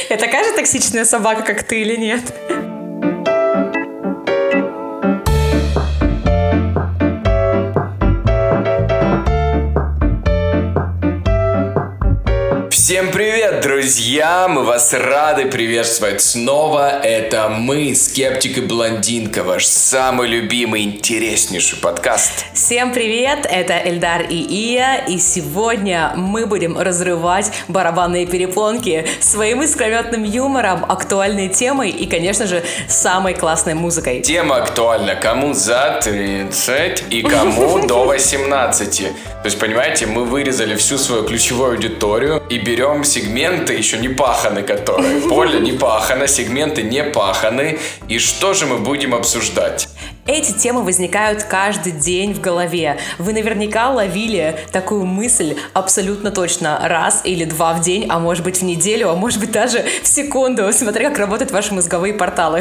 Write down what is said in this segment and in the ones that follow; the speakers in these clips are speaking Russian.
Я такая же токсичная собака, как ты, или нет? Всем привет, друзья! Мы вас рады приветствовать снова. Это мы, Скептик и Блондинка, ваш самый любимый, интереснейший подкаст. Всем привет! Это Эльдар и Ия, и сегодня мы будем разрывать барабанные перепонки своим искрометным юмором, актуальной темой и, конечно же, самой классной музыкой. Тема актуальна кому за 30 и кому до 18. То есть, понимаете, мы вырезали всю свою ключевую аудиторию и берем сегменты еще не паханы, которые. Поле не пахано, сегменты не паханы. И что же мы будем обсуждать? Эти темы возникают каждый день в голове. Вы наверняка ловили такую мысль абсолютно точно раз или два в день, а может быть в неделю, а может быть даже в секунду, смотря как работают ваши мозговые порталы.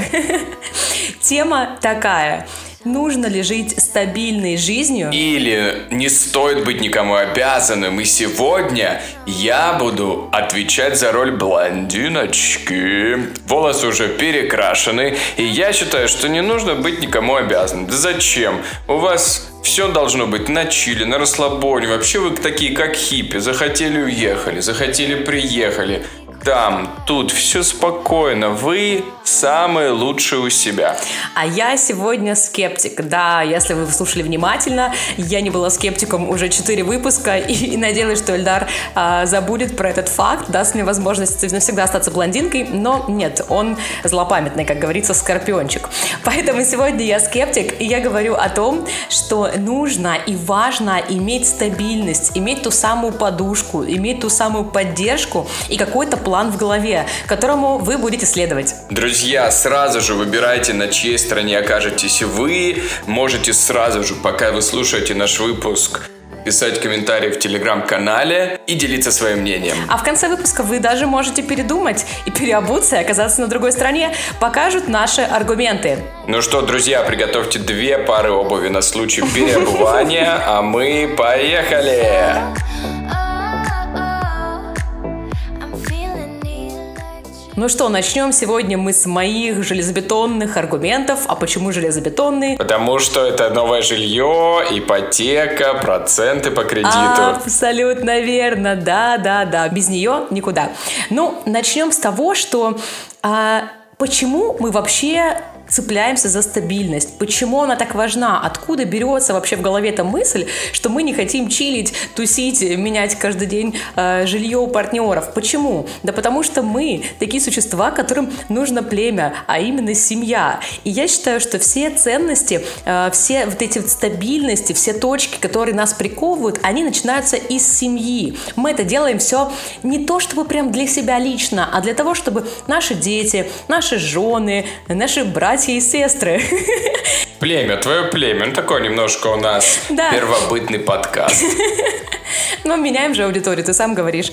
Тема такая. Нужно ли жить стабильной жизнью? Или не стоит быть никому обязанным. И сегодня я буду отвечать за роль блондиночки. Волосы уже перекрашены. И я считаю, что не нужно быть никому обязанным. Да зачем? У вас все должно быть на чиле, на расслабоне. Вообще вы такие, как хиппи. Захотели — уехали, захотели — приехали. Там, тут, все спокойно. Вы самые лучшие у себя. А я сегодня скептик. Да, если вы слушали внимательно, я не была скептиком уже 4 выпуска и надеялась, что Эльдар забудет про этот факт, даст мне возможность навсегда остаться блондинкой, но нет, он злопамятный, как говорится, скорпиончик. Поэтому сегодня я скептик, и я говорю о том, что нужно и важно иметь стабильность, иметь ту самую подушку, иметь ту самую поддержку и какой-то план в голове, которому вы будете следовать. Друзья, сразу же выбирайте, на чьей стороне окажетесь вы. Можете сразу же, пока вы слушаете наш выпуск, писать комментарии в телеграм-канале и делиться своим мнением. А в конце выпуска вы даже можете передумать и переобуться, и оказаться на другой стороне. Покажут наши аргументы. Ну что, друзья, приготовьте 2 пары обуви на случай переобувания, а мы поехали! Ну что, начнем сегодня мы с моих железобетонных аргументов. А почему железобетонные? Потому что это новое жилье, ипотека, проценты по кредиту. Абсолютно верно, да. Без нее никуда. Ну, начнем с того, что почему мы вообще цепляемся за стабильность? Почему она так важна? Откуда берется вообще в голове эта мысль, что мы не хотим чилить, тусить, менять каждый день жилье у партнеров? Почему? Да потому что мы такие существа, которым нужно племя, а именно семья. И я считаю, что все ценности, все вот эти стабильности, все точки, которые нас приковывают, они начинаются из семьи. Мы это делаем все не то, чтобы прям для себя лично, а для того, чтобы наши дети, наши жены, наши братья и сестры. Племя, твое племя. Ну, такой немножко у нас первобытный подкаст. Но меняем же аудиторию, ты сам говоришь.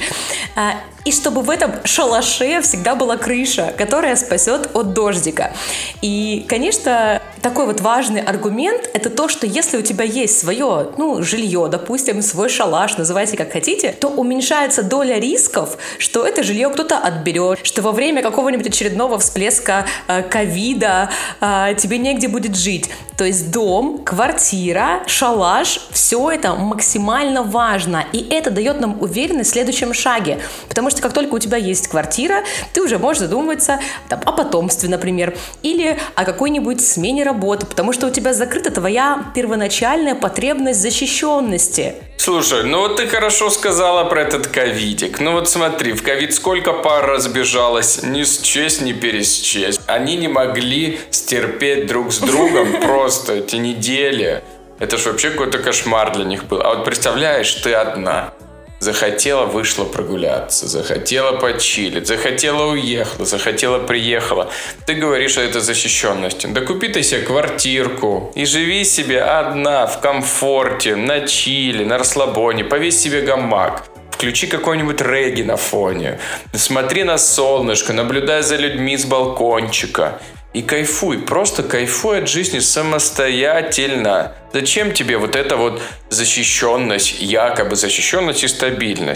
И чтобы в этом шалаше всегда была крыша, которая спасет от дождика. И, конечно, такой вот важный аргумент – это то, что если у тебя есть свое, жилье, допустим, свой шалаш, называйте как хотите, то уменьшается доля рисков, что это жилье кто-то отберет, что во время какого-нибудь очередного всплеска ковида тебе негде будет жить. То есть дом, квартира, шалаш – все это максимально важно. И это дает нам уверенность в следующем шаге. Потому что как только у тебя есть квартира, ты уже можешь задумываться о потомстве, например, или о какой-нибудь смене работы, потому что у тебя закрыта твоя первоначальная потребность защищенности. Слушай, ты хорошо сказала про этот ковидик. Смотри, в ковид сколько пар разбежалось, ни счесть, ни пересчесть. Они не могли стерпеть друг с другом просто эти недели. Это ж вообще какой-то кошмар для них был. А вот представляешь, ты одна. Захотела, вышла прогуляться, захотела почилить, захотела, уехала, захотела, приехала. Ты говоришь, что это защищенность. Да купи ты себе квартирку и живи себе одна, в комфорте, на чиле, на расслабоне, повесь себе гамак. Включи какой-нибудь регги на фоне. Смотри на солнышко, наблюдай за людьми с балкончика. И кайфуй, просто кайфуй от жизни самостоятельно. Зачем тебе вот эта вот защищенность, якобы защищенность и стабильность?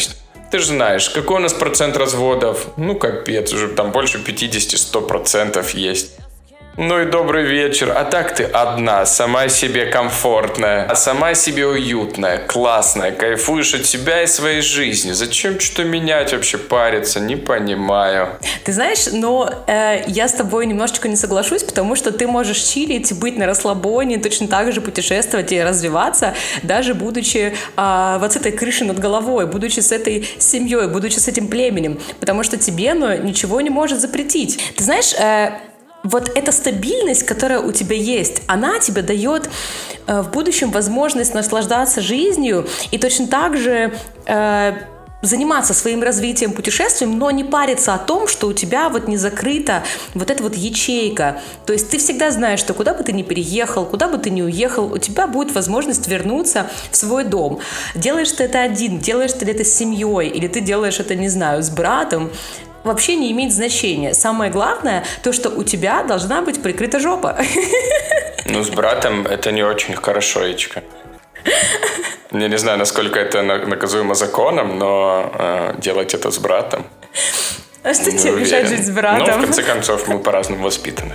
Ты же знаешь, какой у нас процент разводов? Ну, капец, уже там больше 50-100% есть. Ну и добрый вечер. А так ты одна, сама себе комфортная, сама себе уютная, классная, кайфуешь от себя и своей жизни. Зачем что-то менять, вообще париться? Не понимаю. Ты знаешь, но я с тобой немножечко не соглашусь, потому что ты можешь чилить, быть на расслабоне, точно так же путешествовать и развиваться, даже будучи вот с этой крышей над головой, будучи с этой семьей, будучи с этим племенем, потому что тебе ничего не может запретить. Ты знаешь... Вот эта стабильность, которая у тебя есть, она тебе дает в будущем возможность наслаждаться жизнью и точно так же заниматься своим развитием, путешествием, но не париться о том, что у тебя вот не закрыта вот эта вот ячейка. То есть ты всегда знаешь, что куда бы ты ни переехал, куда бы ты ни уехал, у тебя будет возможность вернуться в свой дом. Делаешь ты это один, делаешь ты это с семьей, или ты делаешь это, не знаю, с братом, вообще не имеет значения. Самое главное, то, что у тебя должна быть прикрыта жопа. Ну, с братом это не очень хорошо, Ичка. Я не знаю, насколько это наказуемо законом, но делать это с братом... А что тебе мешает жить с братом? Ну, в конце концов, мы по-разному воспитаны.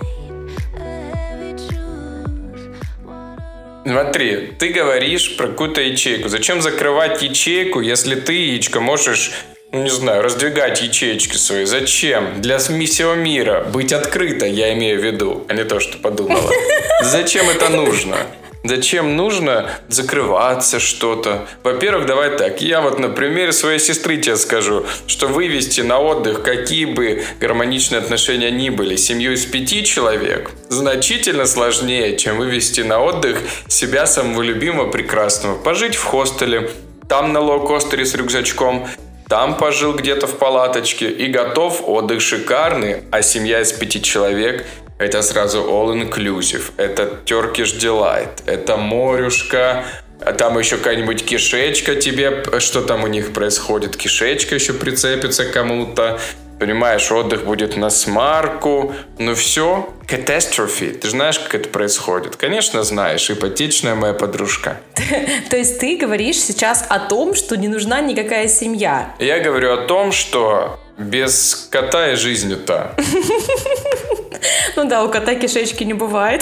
Смотри, ты говоришь про какую-то ячейку. Зачем закрывать ячейку, если ты, Яичко, можешь, ну не знаю, раздвигать ячеечки свои? Зачем? Для всего мира быть открыто, я имею в виду, а не то, что подумала. Зачем это нужно? Зачем нужно закрываться что-то? Во-первых, давай так. Я вот на примере своей сестры тебе скажу, что вывести на отдых, какие бы гармоничные отношения ни были, семью из 5 человек, значительно сложнее, чем вывести на отдых себя самого любимого, прекрасного. Пожить в хостеле, там на лоукостере с рюкзачком, там пожил где-то в палаточке и готов, отдых шикарный, а семья из 5 человек – это сразу all-inclusive, это Turkish Delight, это морюшка, а там еще какая-нибудь кишечка тебе, что там у них происходит, кишечка еще прицепится кому-то, понимаешь, отдых будет на смарку, ну все, катастрофе, ты же знаешь, как это происходит? Конечно, знаешь, ипотечная моя подружка. То есть ты говоришь сейчас о том, что не нужна никакая семья? Я говорю о том, что без кота и жизнью-то. Ну да, у кота кишечки не бывает.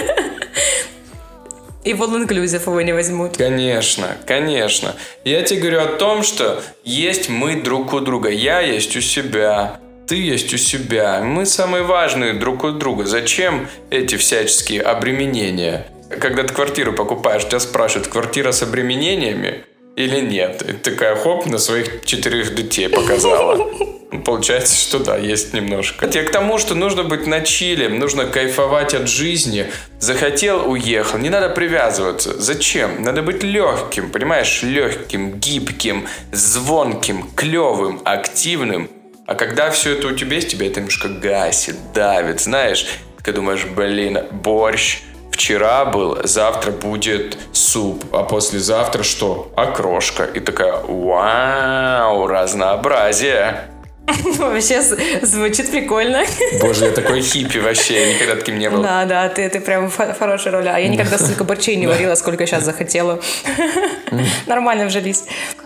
И в all-inclusive его не возьмут. Конечно, конечно. Я тебе говорю о том, что есть мы друг у друга. Я есть у себя, ты есть у себя. Мы самые важные друг у друга. Зачем эти всяческие обременения? Когда ты квартиру покупаешь, тебя спрашивают, квартира с обременениями или нет? И ты такая, хоп, на своих 4 детей показала. Получается, что да, есть немножко. Хотя к тому, что нужно быть на чиле, нужно кайфовать от жизни. Захотел, уехал. Не надо привязываться. Зачем? Надо быть легким, понимаешь? Легким, гибким, звонким, клевым, активным. А когда все это у тебя есть, тебя это немножко гасит, давит. Знаешь, ты думаешь, блин, борщ вчера был, завтра будет суп, а послезавтра что? Окрошка. И такая, вау, разнообразие. Вообще звучит прикольно. Боже, я такой хиппи вообще, я никогда таким не был. Да, ты прям в хорошей роли. А я никогда столько борщей не варила, сколько сейчас захотела. Нормально вжились.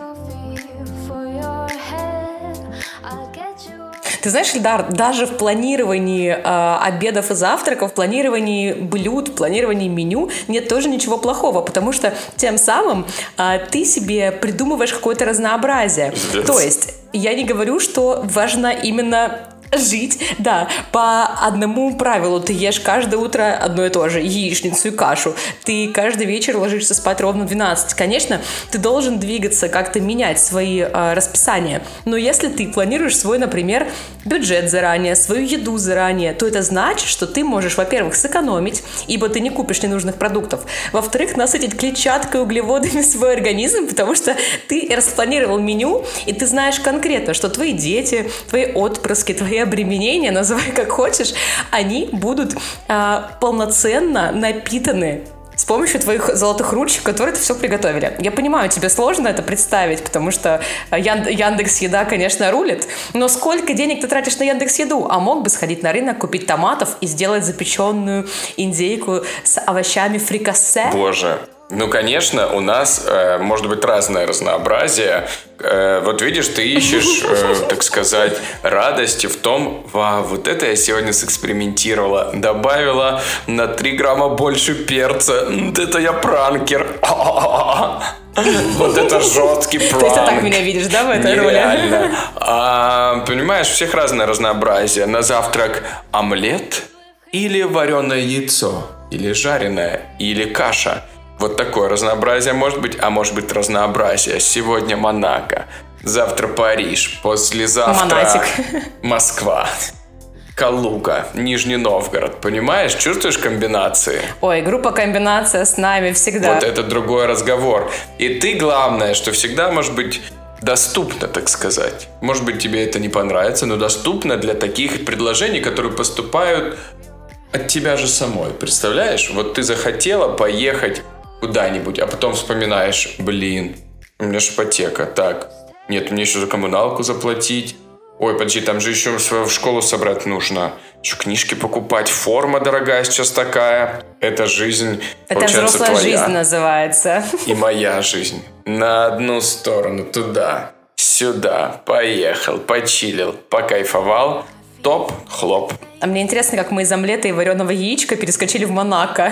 Ты знаешь, Ильдар, даже в планировании обедов и завтраков, в планировании блюд, в планировании меню нет тоже ничего плохого, потому что тем самым ты себе придумываешь какое-то разнообразие. То есть я не говорю, что важно именно жить, да, по одному правилу. Ты ешь каждое утро одно и то же, яичницу и кашу. Ты каждый вечер ложишься спать ровно в 12. Конечно, ты должен двигаться, как-то менять свои расписания. Но если ты планируешь свой, например, бюджет заранее, свою еду заранее, то это значит, что ты можешь, во-первых, сэкономить, ибо ты не купишь ненужных продуктов. Во-вторых, насытить клетчаткой, углеводами свой организм, потому что ты распланировал меню, и ты знаешь конкретно, что твои дети, твои отпрыски, твои обременения, называй как хочешь, они будут полноценно напитаны с помощью твоих золотых ручек, которые это все приготовили. Я понимаю, тебе сложно это представить, потому что Яндекс.Еда, конечно, рулит, но сколько денег ты тратишь на Яндекс.Еду? А мог бы сходить на рынок, купить томатов и сделать запеченную индейку с овощами фрикасе? Боже, Ну, конечно, у нас может быть разное разнообразие. Вот видишь, ты ищешь, так сказать, радости в том, вот это я сегодня сэкспериментировала, добавила на 3 грамма больше перца, это я пранкер. Вот это жесткий пранк. То есть ты так меня видишь, да, в этой роли? Нереально. Понимаешь, у всех разное разнообразие. На завтрак омлет или вареное яйцо, или жареное, или каша. Вот такое разнообразие может быть, а может быть разнообразие. Сегодня Монако, завтра Париж, послезавтра Монатик. Москва, Калуга, Нижний Новгород. Понимаешь, чувствуешь комбинации? Ой, группа «Комбинация» с нами всегда. Вот это другой разговор. И ты, главное, что всегда может быть доступно, так сказать. Может быть, тебе это не понравится, но доступно для таких предложений, которые поступают от тебя же самой. Представляешь? Вот ты захотела поехать куда-нибудь, а потом вспоминаешь, блин, у меня же ипотека, так, нет, мне еще за коммуналку заплатить, ой, подожди, там же еще в школу собрать нужно, еще книжки покупать, форма дорогая сейчас такая, это жизнь, это получается, взрослая твоя. Жизнь называется. И моя жизнь. На одну сторону, туда, сюда, поехал, почилил, покайфовал, топ, хлоп. А мне интересно, как мы из омлета и вареного яичка перескочили в Монако.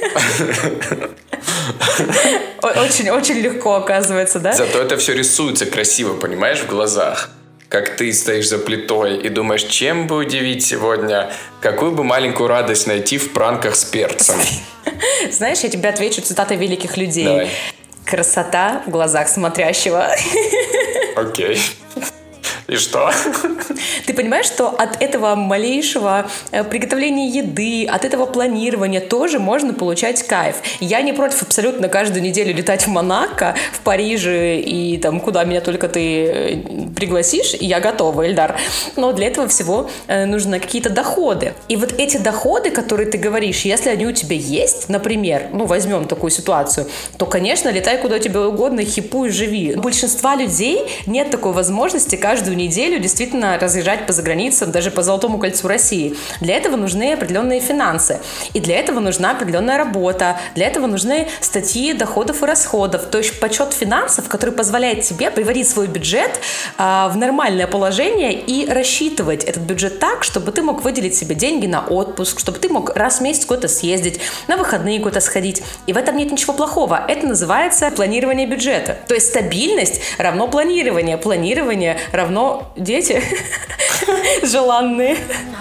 Очень легко, оказывается, да? Зато это все рисуется красиво, понимаешь, в глазах. Как ты стоишь за плитой и думаешь, чем бы удивить сегодня, какую бы маленькую радость найти в пранках с перцем. Знаешь, я тебе отвечу цитатой великих людей. Давай. Красота в глазах смотрящего. Окей. И что? Ты понимаешь, что от этого малейшего приготовления еды, от этого планирования тоже можно получать кайф. Я не против абсолютно каждую неделю летать в Монако, в Париже и там куда меня только ты пригласишь, и я готова, Эльдар. Но для этого всего нужны какие-то доходы. И вот эти доходы, которые ты говоришь, если они у тебя есть, например, возьмем такую ситуацию, то, конечно, летай куда тебе угодно, хипуй, живи. У большинства людей нет такой возможности каждую неделю действительно разъезжать по заграницам, даже по Золотому кольцу России. Для этого нужны определенные финансы. И для этого нужна определенная работа. Для этого нужны статьи доходов и расходов. То есть подсчет финансов, который позволяет тебе приводить свой бюджет в нормальное положение и рассчитывать этот бюджет так, чтобы ты мог выделить себе деньги на отпуск, чтобы ты мог раз в месяц куда-то съездить, на выходные куда-то сходить. И в этом нет ничего плохого. Это называется планирование бюджета. То есть стабильность равно планирование. Планирование равно дети желанные.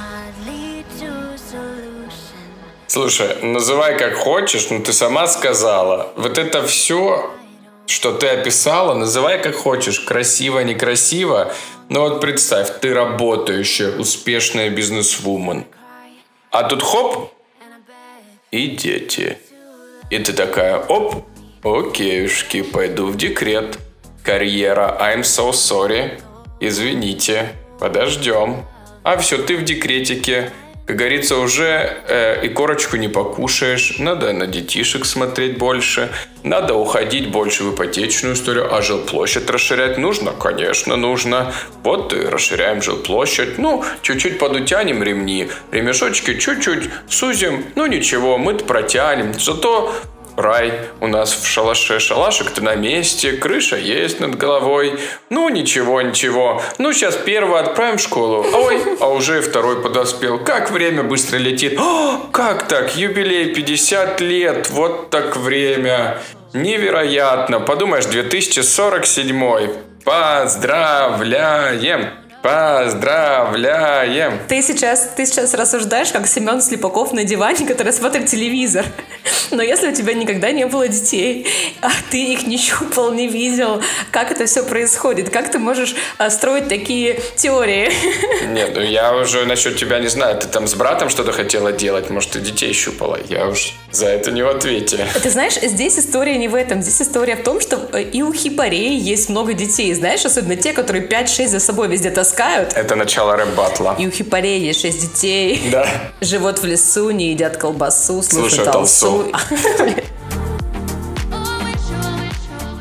Слушай, называй как хочешь, но ты сама сказала. Вот это все, что ты описала, называй как хочешь. Красиво, некрасиво. Но вот представь, ты работающая, успешная бизнесвумен. А тут хоп, и дети. И ты такая, оп, окейушки, пойду в декрет. Карьера, I'm so sorry. Извините, подождем. А все, ты в декретике. Как говорится, уже и корочку не покушаешь. Надо на детишек смотреть больше. Надо уходить больше в ипотечную историю. А жилплощадь расширять нужно? Конечно, нужно. Вот и расширяем жилплощадь. Чуть-чуть подутянем ремни. Ремешочки чуть-чуть сузим. Ничего, мы-то протянем. Зато рай у нас в шалаше. Шалашик-то на месте, крыша есть над головой. Ничего. Сейчас первого отправим в школу. Ой, а уже второй подоспел. Как время быстро летит. Как так? Юбилей 50 лет. Вот так время. Невероятно. Подумаешь, 2047. Поздравляем. Поздравляем! Ты сейчас рассуждаешь, как Семен Слепаков на диване, который смотрит телевизор. Но если у тебя никогда не было детей, а ты их не щупал, не видел, как это все происходит, как ты можешь строить такие теории? Нет, я уже насчет тебя не знаю. Ты там с братом что-то хотела делать, может, ты детей щупала. Я уж за это не в ответе. Ты знаешь, здесь история не в этом. Здесь история в том, что и у хипарей есть много детей. Знаешь, особенно те, которые 5-6 за собой везде таскают. Это начало рэп-баттла. И у хипарей есть 6 детей. Да. Живут в лесу, не едят колбасу, слушают толсу.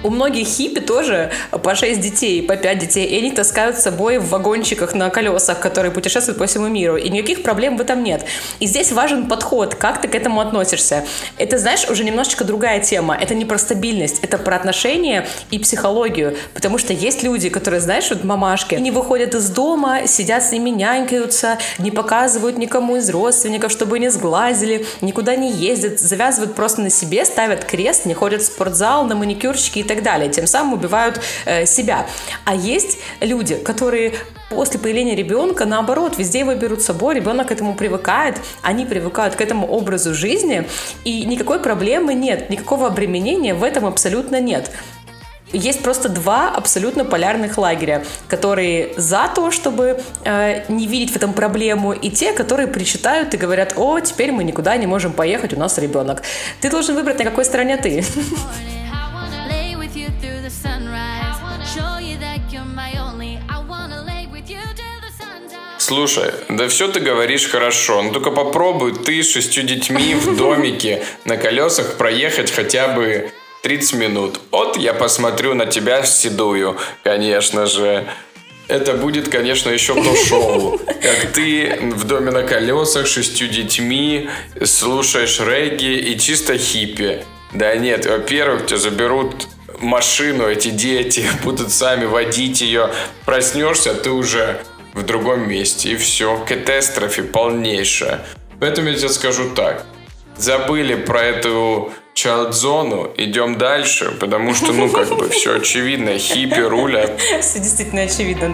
У многих хиппи тоже по 6 детей, по 5 детей, и они таскают с собой в вагончиках на колесах, которые путешествуют по всему миру, и никаких проблем в этом нет. И здесь важен подход, как ты к этому относишься. Это, знаешь, уже немножечко другая тема. Это не про стабильность, это про отношения и психологию, потому что есть люди, которые, знаешь, вот мамашки, не выходят из дома, сидят с ними, нянькаются, не показывают никому из родственников, чтобы не сглазили, никуда не ездят, завязывают просто на себе, ставят крест, не ходят в спортзал, на маникюрчики и так далее, тем самым убивают себя. А есть люди, которые после появления ребенка, наоборот, везде его берут с собой, ребенок к этому привыкает, они привыкают к этому образу жизни, и никакой проблемы нет, никакого обременения в этом абсолютно нет. Есть просто два абсолютно полярных лагеря, которые за то, чтобы не видеть в этом проблему, и те, которые причитают и говорят: о, теперь мы никуда не можем поехать, у нас ребенок. Ты должен выбрать, на какой стороне ты. Слушай, да все ты говоришь хорошо, но только попробуй ты с 6 детьми в домике на колесах проехать хотя бы 30 минут. Вот я посмотрю на тебя седую, конечно же. Это будет, конечно, еще то шоу. Как ты в доме на колесах с 6 детьми слушаешь регги и чисто хиппи. Да нет, во-первых, тебя заберут машину, эти дети будут сами водить ее. Проснешься, ты уже в другом месте. И все, катастрофе полнейшая. Поэтому я тебе скажу так. Забыли про эту чайлд-зону, идем дальше, потому что, все очевидно, хиппи рулят. Все действительно очевидно.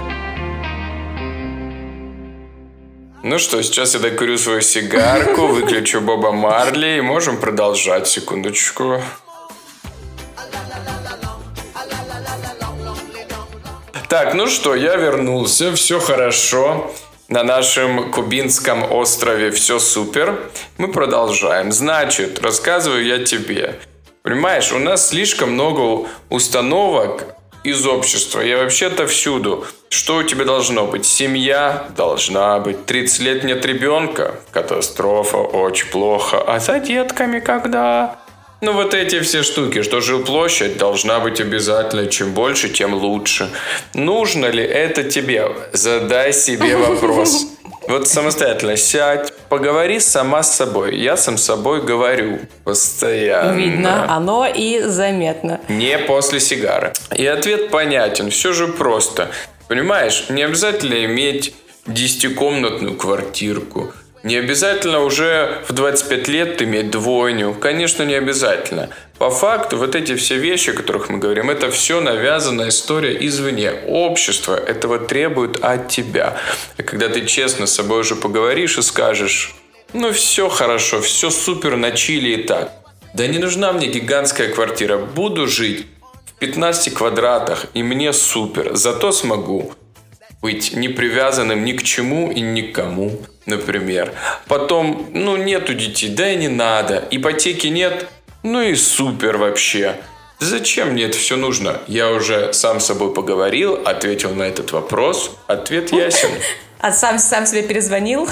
Ну что, сейчас я докурю свою сигарку, выключу Боба Марли и можем продолжать. Секундочку. Так, ну что, я вернулся, все хорошо. На нашем кубинском острове все супер. Мы продолжаем. Значит, рассказываю я тебе. Понимаешь, у нас слишком много установок из общества. И вообще-то всюду. Что у тебя должно быть? Семья должна быть. 30 лет нет ребенка. Катастрофа, очень плохо. А за детками когда? Ну, вот эти все штуки, что жилплощадь должна быть обязательно, чем больше, тем лучше. Нужно ли это тебе? Задай себе вопрос. Вот самостоятельно сядь, поговори сама с собой. Я сам с собой говорю постоянно. Видно, оно и заметно. Не после сигары. И ответ понятен, все же просто. Понимаешь, не обязательно иметь 10-комнатную квартирку. Не обязательно уже в 25 лет иметь двойню. Конечно, не обязательно. По факту, вот эти все вещи, о которых мы говорим, это все навязанная история извне. Общество этого требует от тебя. И когда ты честно с собой уже поговоришь и скажешь: ну все хорошо, все супер на чили и так. Да не нужна мне гигантская квартира. Буду жить в 15 квадратах, и мне супер. Зато смогу быть не привязанным ни к чему и ни к кому, например. Потом, нету детей, да и не надо. Ипотеки нет, и супер вообще. Зачем мне это все нужно? Я уже сам с собой поговорил, ответил на этот вопрос. Ответ ясен. А сам себе перезвонил?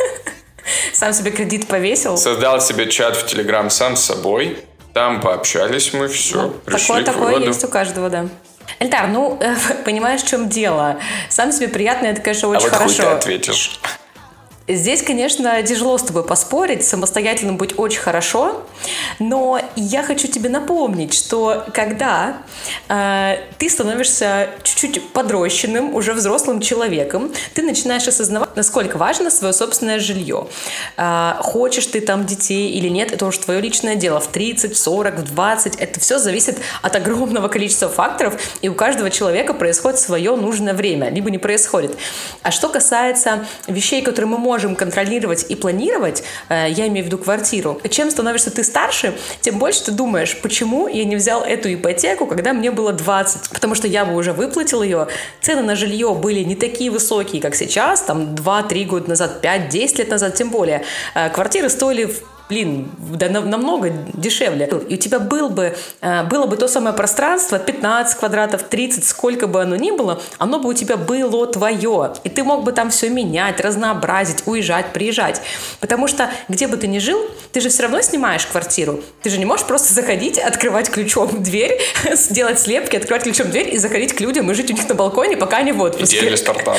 Сам себе кредит повесил? Создал себе чат в Телеграм сам с собой. Там пообщались мы, все. Пришли к выводу. Такое есть у каждого, да. Эльдар, понимаешь, в чем дело? Сам себе приятно, это, конечно, очень хорошо. А вот хуй ты ответишь. Здесь, конечно, тяжело с тобой поспорить, самостоятельно быть очень хорошо, но я хочу тебе напомнить, что когда ты становишься чуть-чуть подрощенным, уже взрослым человеком, ты начинаешь осознавать, насколько важно свое собственное жилье. Хочешь ты там детей или нет, это уже твое личное дело. В 30, в 40, в 20, это все зависит от огромного количества факторов, и у каждого человека происходит свое нужное время, либо не происходит. А что касается вещей, которые мы можем контролировать и планировать, я имею в виду квартиру. Чем становишься ты старше, тем больше ты думаешь, почему я не взял эту ипотеку, когда мне было 20, потому что я бы уже выплатил ее. Цены на жилье были не такие высокие, как сейчас, там 2-3 года назад, 5-10 лет назад, тем более. Квартиры стоили да намного дешевле. И у тебя было бы то самое пространство, 15 квадратов, 30, сколько бы оно ни было, оно бы у тебя было твое. И ты мог бы там все менять, разнообразить, уезжать, приезжать. Потому что где бы ты ни жил, ты же все равно снимаешь квартиру. Ты же не можешь просто заходить, открывать ключом дверь, сделать слепки, открывать ключом дверь и заходить к людям и жить у них на балконе, пока они в отпуске. Идея стартапа.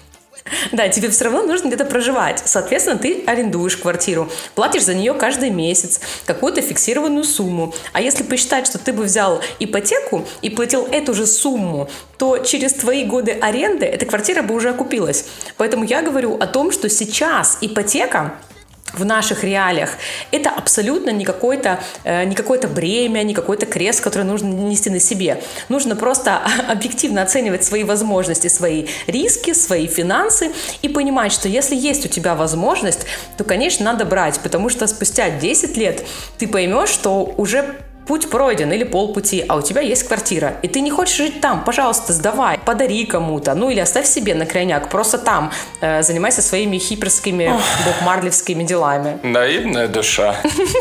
Да, тебе все равно нужно где-то проживать. Соответственно, ты арендуешь квартиру, платишь за нее каждый месяц какую-то фиксированную сумму. А если посчитать, что ты бы взял ипотеку и платил эту же сумму, то через твои годы аренды эта квартира бы уже окупилась. Поэтому я говорю о том, что сейчас ипотека в наших реалиях это абсолютно не какое-то бремя, не какой-то крест, который нужно нести на себе. Нужно просто объективно оценивать свои возможности, свои риски, свои финансы и понимать, что если есть у тебя возможность, то, конечно, надо брать, потому что спустя 10 лет ты поймешь, что уже путь пройден или полпути, а у тебя есть квартира, и ты не хочешь жить там, пожалуйста, сдавай, подари кому-то, или оставь себе на крайняк, просто там занимайся своими хиперскими боб-марлевскими делами. Наивная душа.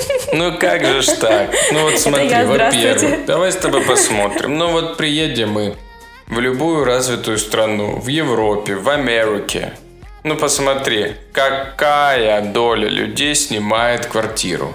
Ну как же ж так? Ну вот смотри, во-первых, давай с тобой посмотрим. Ну вот приедем мы в любую развитую страну, в Европе, в Америке. Ну посмотри, какая доля людей снимает квартиру?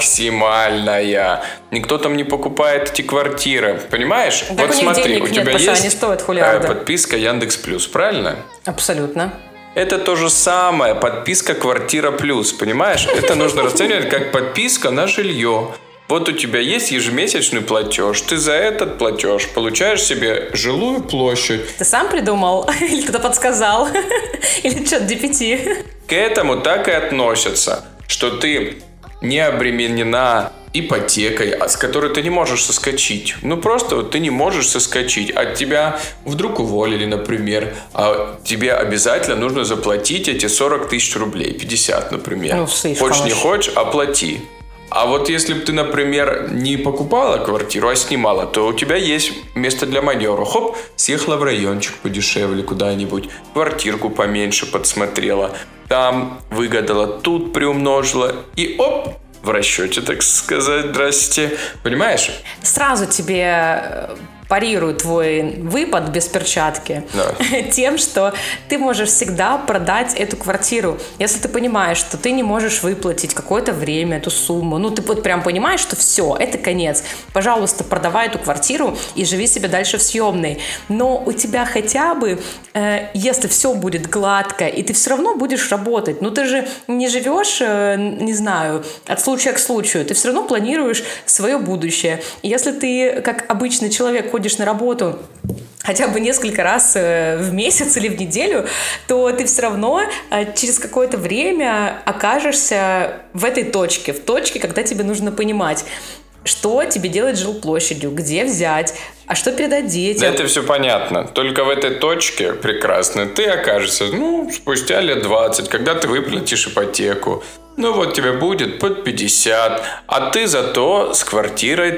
Максимальная. Никто там не покупает эти квартиры. Понимаешь? Так вот смотри, у тебя есть подписка Яндекс.Плюс, правильно? Абсолютно. Это то же самое, подписка Квартира Плюс, понимаешь? Это нужно расценивать как подписка на жилье. Вот у тебя есть ежемесячный платеж, ты за этот платеж получаешь себе жилую площадь. Ты сам придумал? Или кто-то подсказал? Или чат GPT? К этому так и относятся, что ты не обременена ипотекой, с которой ты не можешь соскочить. Ну просто вот ты не можешь соскочить. От тебя вдруг уволили, например, а тебе обязательно нужно заплатить эти 40 тысяч рублей, 50, например. Ну, хочешь не хочешь, оплати. А вот если бы ты, например, не покупала квартиру, а снимала, то у тебя есть место для маневра. Хоп, съехала в райончик подешевле куда-нибудь, квартирку поменьше подсмотрела, там выгадала, тут приумножила, и оп, в расчете, так сказать, здрасте. Понимаешь? Сразу тебе парирую твой выпад без перчатки тем, что ты можешь всегда продать эту квартиру. Если ты понимаешь, что ты не можешь выплатить какое-то время эту сумму, ну ты вот прям понимаешь, что все, это конец. Пожалуйста, продавай эту квартиру и живи себе дальше в съемной. Но у тебя хотя бы, если все будет гладко, и ты все равно будешь работать, ну ты же не живешь, не знаю, от случая к случаю, ты все равно планируешь свое будущее. И если ты, как обычный человек, ходишь на работу хотя бы несколько раз в месяц или в неделю, то ты все равно через какое-то время окажешься в этой точке, в точке, когда тебе нужно понимать, что тебе делать с жилплощадью, где взять, а что передать детям. Да, это все понятно. Только в этой точке прекрасно ты окажешься, спустя лет 20, когда ты выплатишь ипотеку. Ну вот тебе будет под 50, а ты зато с квартирой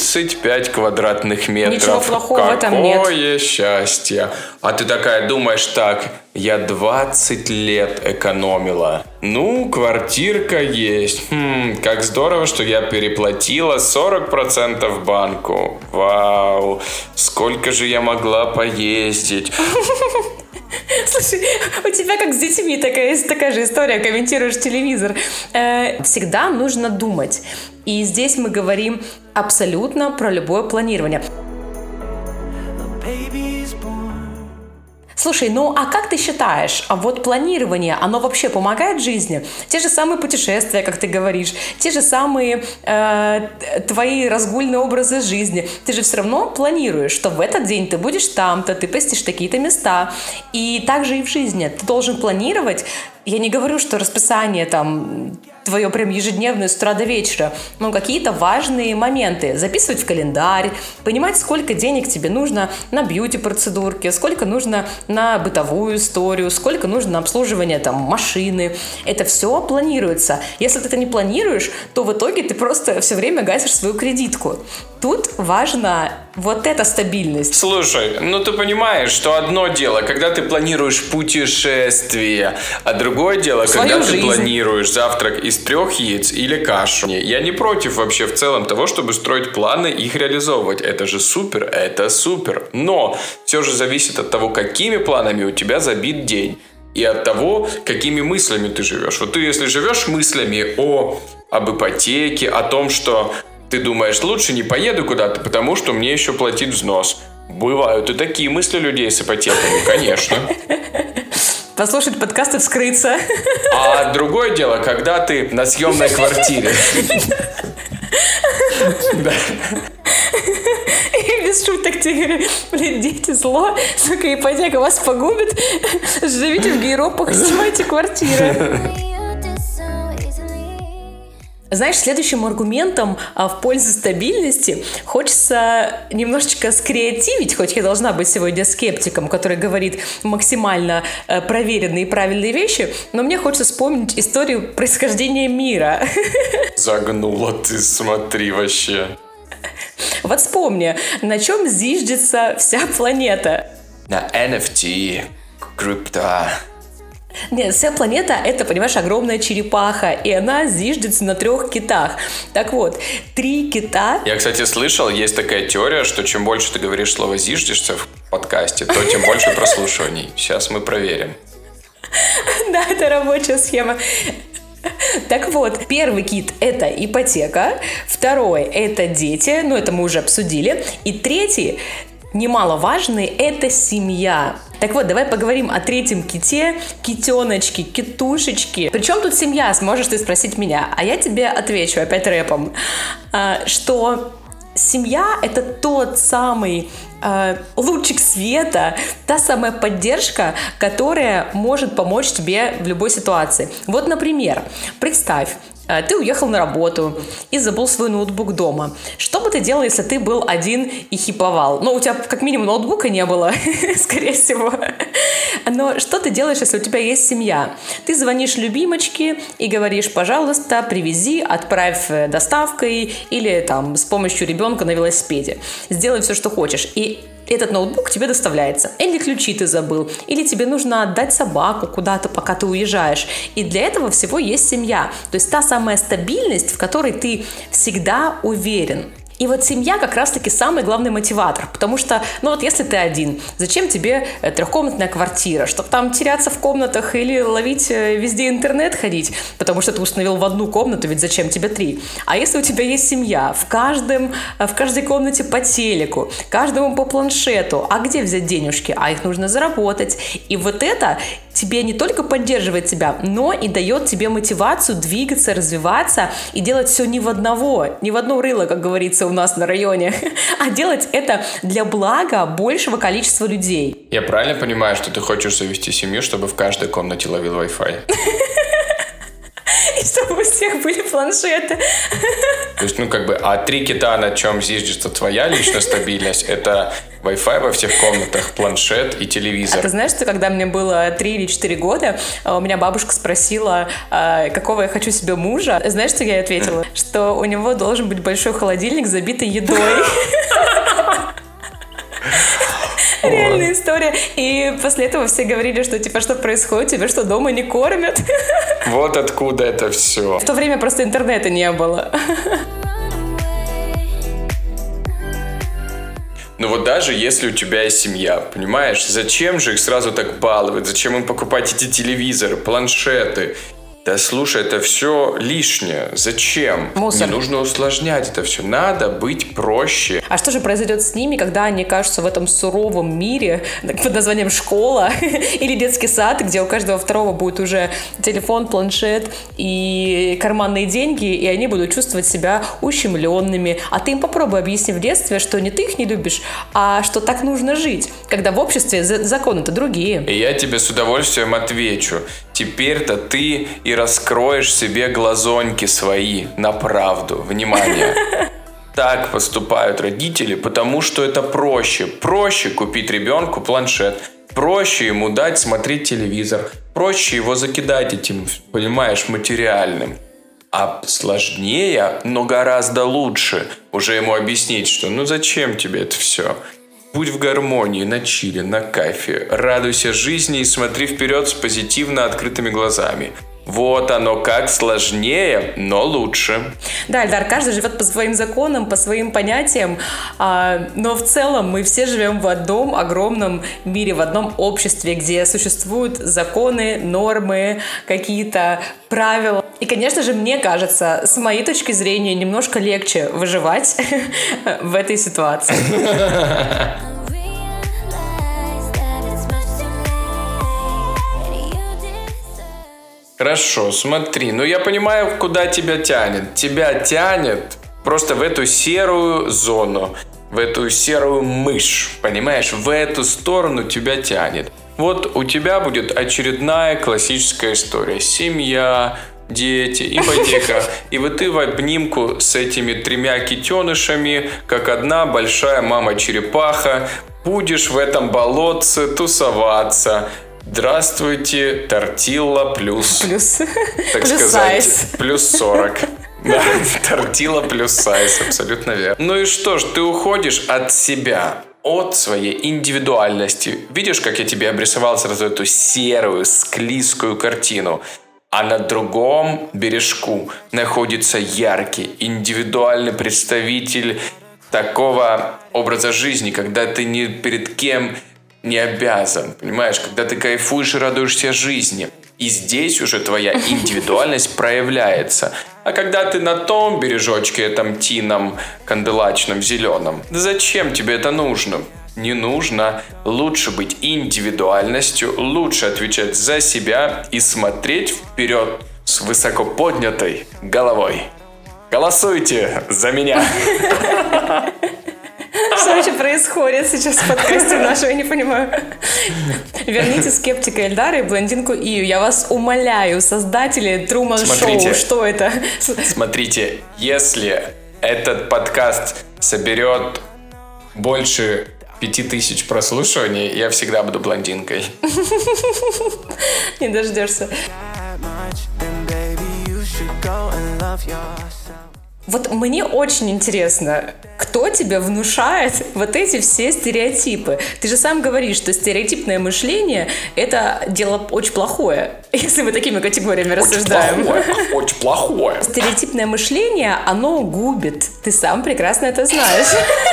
35 квадратных метров. Ничего плохого в этом нет. Какое счастье. А ты такая думаешь, так, я 20 лет экономила. Ну, квартирка есть. Как здорово, что я переплатила 40% банку. Вау, сколько же я могла поездить. Слушай, у тебя как с детьми такая же история, комментируешь телевизор. Всегда нужно думать. И здесь мы говорим абсолютно про любое планирование. Слушай, а как ты считаешь, а вот планирование, оно вообще помогает жизни? Те же самые путешествия, как ты говоришь, те же самые твои разгульные образы жизни. Ты же все равно планируешь, что в этот день ты будешь там-то, ты посетишь такие-то места. И также и в жизни. Ты должен планировать. Я не говорю, что расписание твое прям ежедневное с утра до вечера, но какие-то важные моменты записывать в календарь, понимать, сколько денег тебе нужно на бьюти-процедурки, сколько нужно на бытовую историю, сколько нужно на обслуживание машины. Это все планируется. Если ты это не планируешь, то в итоге ты просто все время гасишь свою кредитку. тут важна вот эта стабильность. Слушай, ну ты понимаешь, что одно дело, когда ты планируешь путешествие, а другое дело, когда ты планируешь завтрак из 3 яиц или кашу. Я не против вообще в целом того, чтобы строить планы и их реализовывать. Это же супер, это супер. Но все же зависит от того, какими планами у тебя забит день. И от того, какими мыслями ты живешь. Вот ты, если живешь мыслями об ипотеке, о том, что ты думаешь, лучше не поеду куда-то, потому что мне еще платить взнос. Бывают и такие мысли людей с ипотеками, конечно. Послушать подкаст и вскрыться. А другое дело, когда ты на съемной квартире. И без шуток тебе говорю, блин, дети, зло, сука, ипотека вас погубит. Живите в гейропах, снимайте квартиры. Знаешь, следующим аргументом в пользу стабильности хочется немножечко скреативить, хоть я должна быть сегодня скептиком, который говорит максимально проверенные и правильные вещи, но мне хочется вспомнить историю происхождения мира. Загнула ты, смотри вообще. Вот вспомни, на чем зиждется вся планета? На NFT, крипто. Нет, вся планета — это, понимаешь, огромная черепаха, и она зиждется на 3 китах. Так вот, 3 кита... Я, кстати, слышал, есть такая теория, что чем больше ты говоришь слово «зиждешься» в подкасте, то тем больше прослушиваний. Сейчас мы проверим. Да, это рабочая схема. Так вот, первый кит – это ипотека, второй – это дети, ну это мы уже обсудили, и третий, немаловажный, это семья. Так вот, давай поговорим о 3-м ките, китеночки, китушечки. Причем тут семья, сможешь ты спросить меня, а я тебе отвечу опять рэпом, что семья – это тот самый лучик света, та самая поддержка, которая может помочь тебе в любой ситуации. Вот, например, представь, ты уехал на работу и забыл свой ноутбук дома. Что бы ты делал, если ты был один и хиповал? Ну, у тебя как минимум ноутбука не было, скорее всего. Но что ты делаешь, если у тебя есть семья? Ты звонишь любимочке и говоришь, пожалуйста, привези, отправь доставкой или там с помощью ребенка на велосипеде. Сделай все, что хочешь. И этот ноутбук тебе доставляется. Или ключи ты забыл, или тебе нужно отдать собаку куда-то, пока ты уезжаешь. И для этого всего есть семья. То есть та самая стабильность, в которой ты всегда уверен. И вот семья как раз-таки самый главный мотиватор, потому что, ну вот если ты один, зачем тебе 3-комнатная квартира, чтобы там теряться в комнатах или ловить везде интернет, ходить, потому что ты установил в 1 комнату, ведь зачем тебе 3? А если у тебя есть семья, в каждой комнате по телеку, каждому по планшету, а где взять денежки? А их нужно заработать. И вот это тебе не только поддерживает тебя, но и дает тебе мотивацию двигаться, развиваться и делать все не в одно рыло, как говорится у нас на районе, а делать это для блага большего количества людей. Я правильно понимаю, что ты хочешь завести семью, чтобы в каждой комнате ловил Wi-Fi? И чтобы у всех были планшеты. То есть, а 3 кита, на чем зиждется твоя личная стабильность, это Wi-Fi во всех комнатах, планшет и телевизор. А ты знаешь, что когда мне было 3 или 4 года, у меня бабушка спросила, какого я хочу себе мужа. Знаешь, что я ей ответила? Что у него должен быть большой холодильник, забитый едой. Реальная история. И после этого все говорили, что типа, что происходит, тебя что, дома не кормят? Вот откуда это все. В то время просто интернета не было. Ну вот даже если у тебя есть семья, понимаешь, зачем же их сразу так баловать? Зачем им покупать эти телевизоры, планшеты? Да слушай, это все лишнее. Зачем? Мусор. Не нужно усложнять это все. Надо быть проще. А что же произойдет с ними, когда они окажутся в этом суровом мире под названием школа или детский сад, где у каждого второго будет уже телефон, планшет и карманные деньги, и они будут чувствовать себя ущемленными. А ты им попробуй объясни в детстве, что не ты их не любишь, а что так нужно жить, когда в обществе законы-то другие. И я тебе с удовольствием отвечу. Теперь-то ты и раскроешь себе глазоньки свои на правду. Внимание! Так поступают родители, потому что это проще. Проще купить ребенку планшет. Проще ему дать смотреть телевизор. Проще его закидать этим, понимаешь, материальным. А сложнее, но гораздо лучше уже ему объяснить, что ну зачем тебе это все? Будь в гармонии, на чиле, на кайфе, радуйся жизни и смотри вперед с позитивно открытыми глазами. Вот оно как сложнее, но лучше. Да, Эльдар, каждый живет по своим законам, по своим понятиям, но в целом мы все живем в одном огромном мире, в одном обществе, где существуют законы, нормы, какие-то правила. И, конечно же, мне кажется, с моей точки зрения, немножко легче выживать в этой ситуации. Хорошо, смотри, ну я понимаю, куда тебя тянет. Тебя тянет просто в эту серую зону, в эту серую мышь, понимаешь? В эту сторону тебя тянет. Вот у тебя будет очередная классическая история. Семья, дети, ипотека. И вот ты в обнимку с этими 3 китенышами, как одна большая мама-черепаха, будешь в этом болотце тусоваться. Здравствуйте, тортилла плюс, так плюс сказать, сайз. плюс 40. Да, тортилла плюс сайз, абсолютно верно. Ну и что ж, ты уходишь от себя, от своей индивидуальности. Видишь, как я тебе обрисовал сразу эту серую, склизкую картину? А на другом бережку находится яркий, индивидуальный представитель такого образа жизни, когда ты ни перед кем не обязан, понимаешь, когда ты кайфуешь и радуешься жизни. И здесь уже твоя индивидуальность проявляется. А когда ты на том бережочке, этом тином, канделачном, зеленом, да зачем тебе это нужно? Не нужно. Лучше быть индивидуальностью, лучше отвечать за себя и смотреть вперед с высоко поднятой головой. Голосуйте за меня! Что вообще происходит сейчас в подкасте нашем, я не понимаю. Верните скептика Эльдара и блондинку Ию. Я вас умоляю, создатели Труман Шоу, что это? Смотрите, если этот подкаст соберет больше 5000 прослушиваний, я всегда буду блондинкой. Не дождешься. Вот мне очень интересно, кто тебе внушает вот эти все стереотипы? Ты же сам говоришь, что стереотипное мышление – это дело очень плохое, если мы такими категориями рассуждаем. Очень плохое. Стереотипное мышление, оно губит. Ты сам прекрасно это знаешь.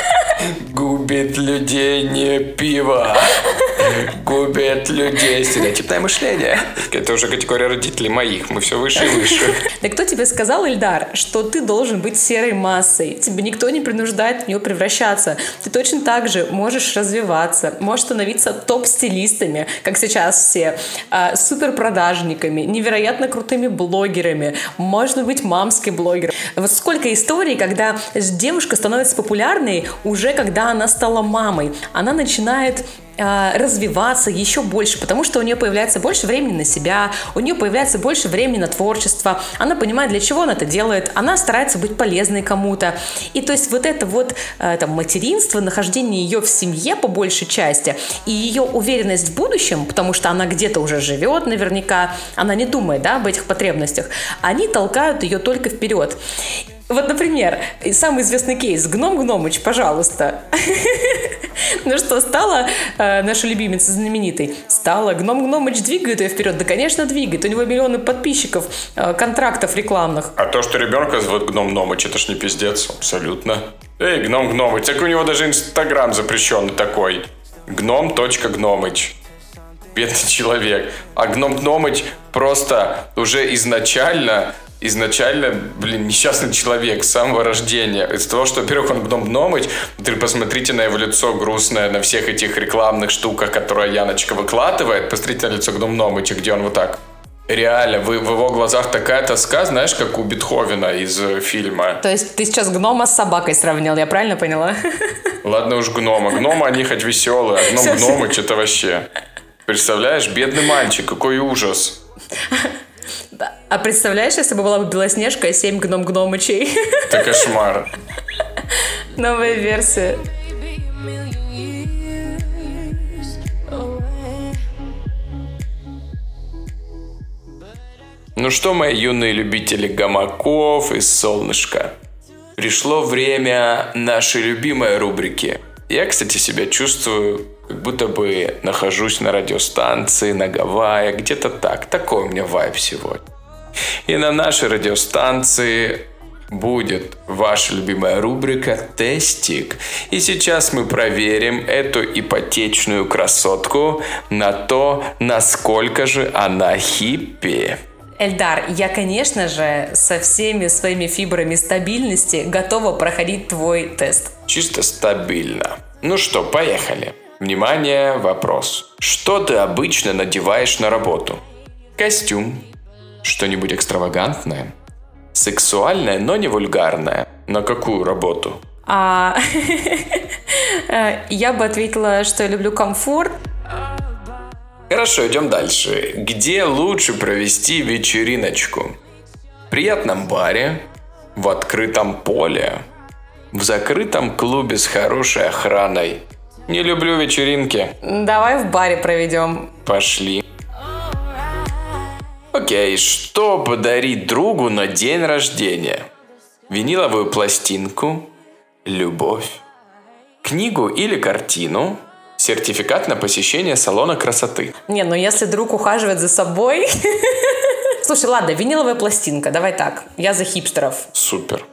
Губит людей не пиво. Губит людей стереотипное мышление. Это уже категория родителей моих. Мы все выше и выше. Да кто тебе сказал, Эльдар, что ты должен быть серой массой? Тебе никто не принуждает в нее превращаться. Ты точно так же можешь развиваться, можешь становиться топ-стилистами, как сейчас все, суперпродажниками, невероятно крутыми блогерами, можно быть мамским блогером. Вот сколько историй, когда девушка становится популярной уже когда она стала мамой. Она начинает развиваться еще больше, потому что у нее появляется больше времени на себя, у нее появляется больше времени на творчество, она понимает, для чего она это делает, она старается быть полезной кому-то. И то есть вот это вот там, материнство, нахождение ее в семье по большей части и ее уверенность в будущем, потому что она где-то уже живет наверняка, она не думает, да, об этих потребностях, они толкают ее только вперед. Вот, например, самый известный кейс. Гном Гномыч, пожалуйста. Ну что, стала наша любимица знаменитой? Стала. Гном Гномыч двигает ее вперед? Да, конечно, двигает. У него миллионы подписчиков, контрактов рекламных. А то, что ребенка зовут Гном Гномыч, это ж не пиздец. Абсолютно. Эй, Гном Гномыч. Так у него даже Инстаграм запрещенный такой. Гном.Гномыч. Бедный человек. А Гном Гномыч просто уже изначально, несчастный человек с самого рождения. Из-за того, что, во-первых, он Гном Гномыч, ты посмотрите на его лицо грустное, на всех этих рекламных штуках, которые Яночка выкладывает. Посмотрите на лицо Гном Гномыча, где он вот так. Реально, в его глазах такая тоска, знаешь, как у Бетховена из фильма. То есть ты сейчас гнома с собакой сравнил, я правильно поняла? Ладно уж гнома. Гномы, они хоть веселые, а Гном Гномыч это вообще... Представляешь, бедный мальчик, какой ужас. А представляешь, если бы была бы Белоснежка и 7 Гном Гномычей? Это кошмар. Новая версия. Ну что, мои юные любители гамаков и солнышка, пришло время нашей любимой рубрики. Я, кстати, себя чувствую, как будто бы нахожусь на радиостанции, на Гавайях, где-то так. Такой у меня вайб сегодня. И на нашей радиостанции будет ваша любимая рубрика «Тестик». И сейчас мы проверим эту ипотечную красотку на то, насколько же она хиппи. Эльдар, я, конечно же, со всеми своими фибрами стабильности готова проходить твой тест. Чисто стабильно. Ну что, поехали. Внимание, вопрос. Что ты обычно надеваешь на работу? Костюм. Что-нибудь экстравагантное? Сексуальное, но не вульгарное. На какую работу? Я бы ответила, что я люблю комфорт. Хорошо, идем дальше. Где лучше провести вечериночку? В приятном баре? В открытом поле? В закрытом клубе с хорошей охраной? Не люблю вечеринки. Давай в баре проведем. Пошли. Окей, что подарить другу на день рождения? Виниловую пластинку? Любовь? Книгу или картину? Сертификат на посещение салона красоты? Не, ну если друг ухаживает за собой... Слушай, ладно, виниловая пластинка, давай так. Я за хипстеров. Супер.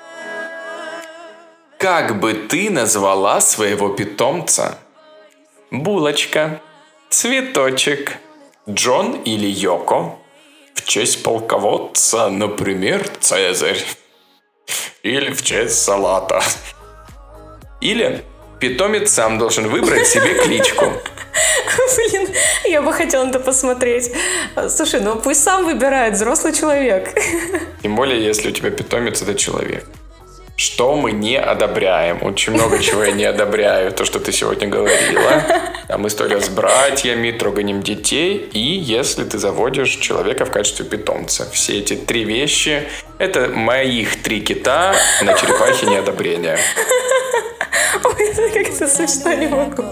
Как бы ты назвала своего питомца? Булочка, цветочек, Джон или Йоко? В честь полководца, например, Цезарь. Или в честь салата. Или питомец сам должен выбрать себе кличку. Блин, я бы хотела на это посмотреть. Слушай, ну пусть сам выбирает, взрослый человек. Тем более, если у тебя питомец, это человек. Что мы не одобряем? Очень много чего я не одобряю. То, что ты сегодня говорила. Там история с братьями, троганием детей. И если ты заводишь человека в качестве питомца. Все эти 3 вещи – это моих 3 кита на черепахе неодобрения. Ой, это как-то смешно, не могу.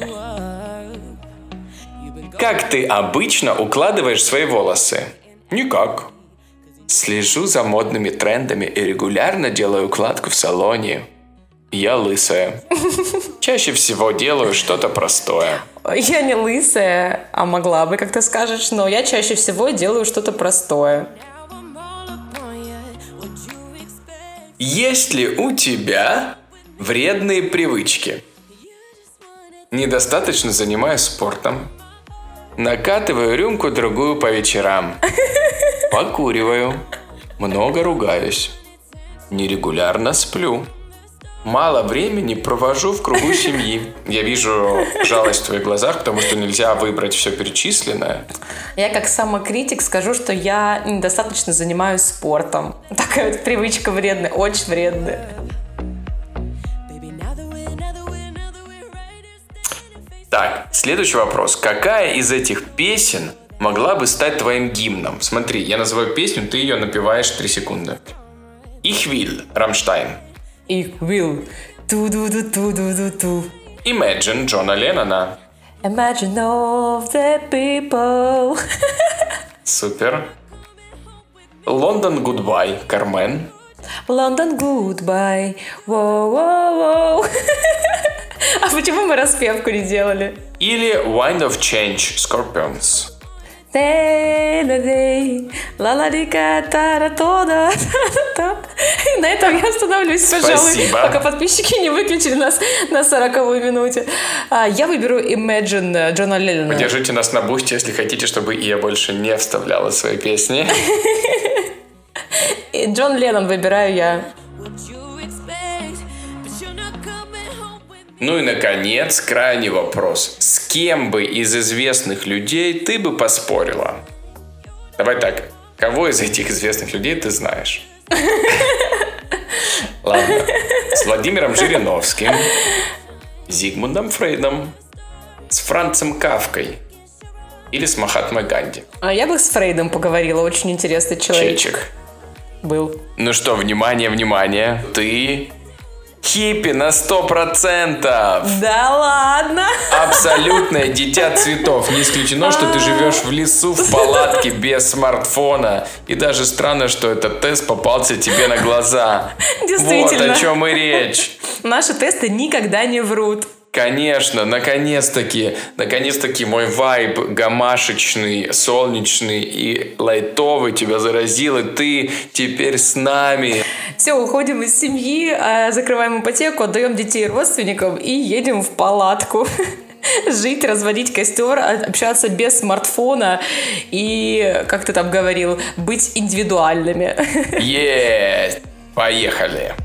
Как ты обычно укладываешь свои волосы? Никак. Слежу за модными трендами и регулярно делаю укладку в салоне. Я лысая. Чаще всего делаю что-то простое. Я не лысая, а могла бы, как ты скажешь, но я чаще всего делаю что-то простое. Есть ли у тебя вредные привычки? Недостаточно занимаюсь спортом. Накатываю рюмку-другую по вечерам. Покуриваю. Много ругаюсь. Нерегулярно сплю. Мало времени провожу в кругу семьи. Я вижу жалость в твоих глазах, потому что нельзя выбрать все перечисленное. Я как самокритик скажу, что я недостаточно занимаюсь спортом. Такая вот привычка вредная, очень вредная. Так, следующий вопрос. Какая из этих песен могла бы стать твоим гимном? Смотри, я называю песню, ты ее напеваешь 3 секунды. Ich will, Рамштайн. Ich will. Ту-ду-ду-ту-ду-ду-ту. Imagine, Джона Леннона. Imagine of the people. Супер. London Goodbye, Кармен. London Goodbye. Воу-воу-воу. А почему мы распевку не делали? Или Wind of Change, Scorpions. И на этом я остановлюсь, пожалуй. Спасибо. Пока подписчики не выключили нас на 40-ю минуте. Я выберу Imagine Джона Леннона. Поддержите нас на бусте, если хотите, чтобы я больше не вставляла свои песни. Джон Леннон выбираю я. Ну и, наконец, крайний вопрос. С кем бы из известных людей ты бы поспорила? Давай так. Кого из этих известных людей ты знаешь? Ладно. С Владимиром Жириновским, Зигмундом Фрейдом, с Францем Кафкой или с Махатмой Ганди? Я бы с Фрейдом поговорила. Очень интересный человек. Чечек. Был. Ну что, внимание, внимание. Ты Хиппи на 100%. Да ладно? Абсолютное дитя цветов. Не исключено, что ты живешь в лесу, в палатке, без смартфона. И даже странно, что этот тест попался тебе на глаза. Действительно. Вот о чем и речь. Наши тесты никогда не врут. Конечно, наконец-таки мой вайб гамашечный, солнечный и лайтовый тебя заразил, и ты теперь с нами. Все, уходим из семьи, закрываем ипотеку, отдаем детей родственникам и едем в палатку. Жить, разводить костер, общаться без смартфона и, как ты там говорил, быть индивидуальными. Есть! Поехали!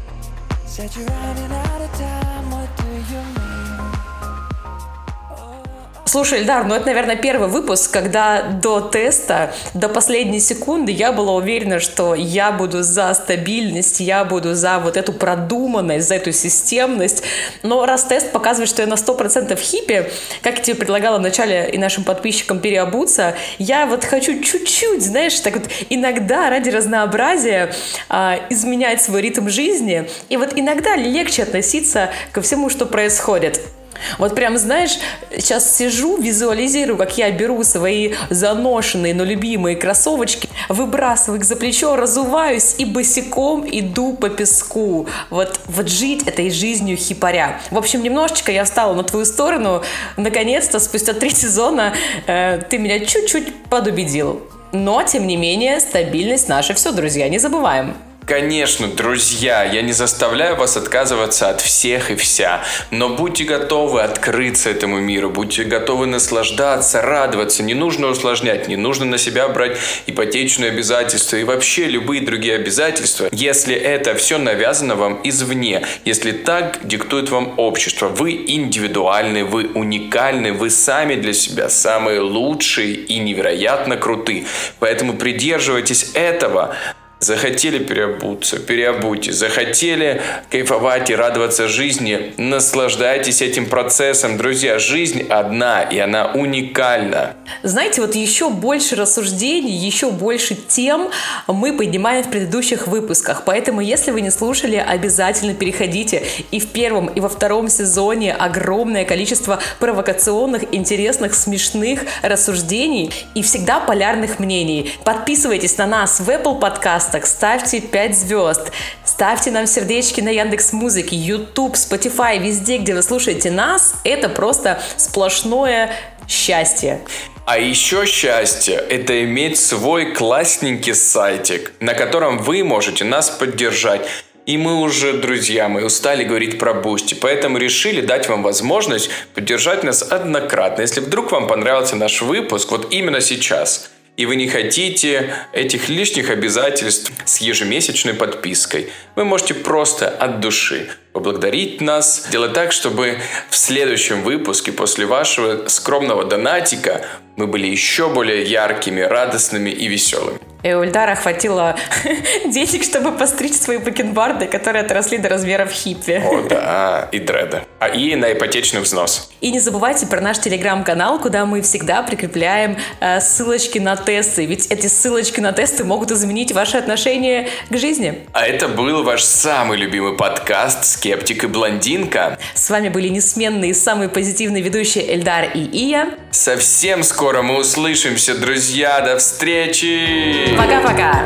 Слушай, Эльдар, ну это, наверное, первый выпуск, когда до теста, до последней секунды я была уверена, что я буду за стабильность, я буду за вот эту продуманность, за эту системность. Но раз тест показывает, что я на 100% хиппи, как я тебе предлагала вначале и нашим подписчикам переобуться, я вот хочу чуть-чуть, знаешь, так вот иногда ради разнообразия изменять свой ритм жизни. И вот иногда легче относиться ко всему, что происходит. Вот прям, знаешь, сейчас сижу, визуализирую, как я беру свои заношенные, но любимые кроссовочки, выбрасываю их за плечо, разуваюсь и босиком иду по песку. Вот жить этой жизнью хипаря. В общем, немножечко я встала на твою сторону. Наконец-то, спустя 3 сезона, ты меня чуть-чуть подубедил. Но, тем не менее, стабильность наша все, друзья, не забываем. Конечно, друзья, я не заставляю вас отказываться от всех и вся, но будьте готовы открыться этому миру, будьте готовы наслаждаться, радоваться, не нужно усложнять, не нужно на себя брать ипотечные обязательства и вообще любые другие обязательства, если это все навязано вам извне, если так диктует вам общество. Вы индивидуальны, вы уникальны, вы сами для себя самые лучшие и невероятно крутые, поэтому придерживайтесь этого. Захотели переобуться, переобуйтесь. Захотели кайфовать и радоваться жизни, наслаждайтесь этим процессом. Друзья, жизнь одна, и она уникальна. Знаете, вот еще больше рассуждений, еще больше тем мы поднимаем в предыдущих выпусках. Поэтому, если вы не слушали, обязательно переходите. И в первом, и во втором сезоне огромное количество провокационных, интересных, смешных рассуждений и всегда полярных мнений. Подписывайтесь на нас в Apple Podcast. Ставьте 5 звезд, ставьте нам сердечки на Яндекс.Музыке, YouTube, Spotify, везде, где вы слушаете нас. Это просто сплошное счастье. А еще счастье – это иметь свой классненький сайтик, на котором вы можете нас поддержать. И мы уже, друзья, мы устали говорить про Boosty, поэтому решили дать вам возможность поддержать нас однократно. Если вдруг вам понравился наш выпуск вот именно сейчас – и вы не хотите этих лишних обязательств с ежемесячной подпиской, вы можете просто от души поблагодарить нас, сделать так, чтобы в следующем выпуске после вашего скромного донатика мы были еще более яркими, радостными и веселыми. И у Эльдара хватило денег, чтобы постричь свои бакенбарды, которые отросли до размеров хиппи. О, да, и дреда. И на ипотечный взнос. И не забывайте про наш телеграм-канал, куда мы всегда прикрепляем ссылочки на тесты. Ведь эти ссылочки на тесты могут изменить ваше отношение к жизни. А это был ваш самый любимый подкаст «Скептик и блондинка». С вами были несменные и самые позитивные ведущие Эльдар и Ия. Совсем скоро мы услышимся, друзья. До встречи! Пока-пока!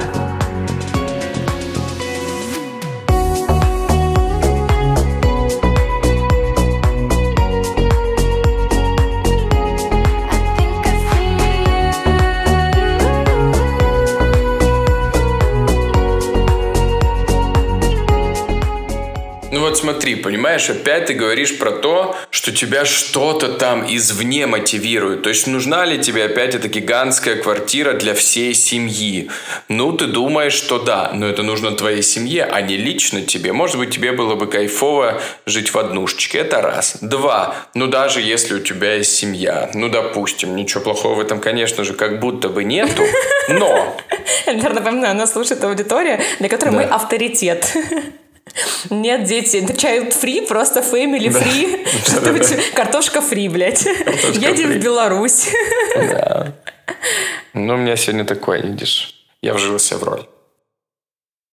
Вот смотри, понимаешь, опять ты говоришь про то, что тебя что-то там извне мотивирует. То есть нужна ли тебе опять эта гигантская квартира для всей семьи? Ну, ты думаешь, что да, но это нужно твоей семье, а не лично тебе. Может быть, тебе было бы кайфово жить в однушечке, это раз. 2, ну даже если у тебя есть семья, ну допустим, ничего плохого в этом, конечно же, как будто бы нету, но... Эльдар, напоминаю, нас слушает аудитория, для которой мы авторитет. Нет, дети, child free, просто family free. Что-нибудь, картошка фри, блядь. Едем в Беларусь. Да. Ну, у меня сегодня такое, видишь, я вжился в роль.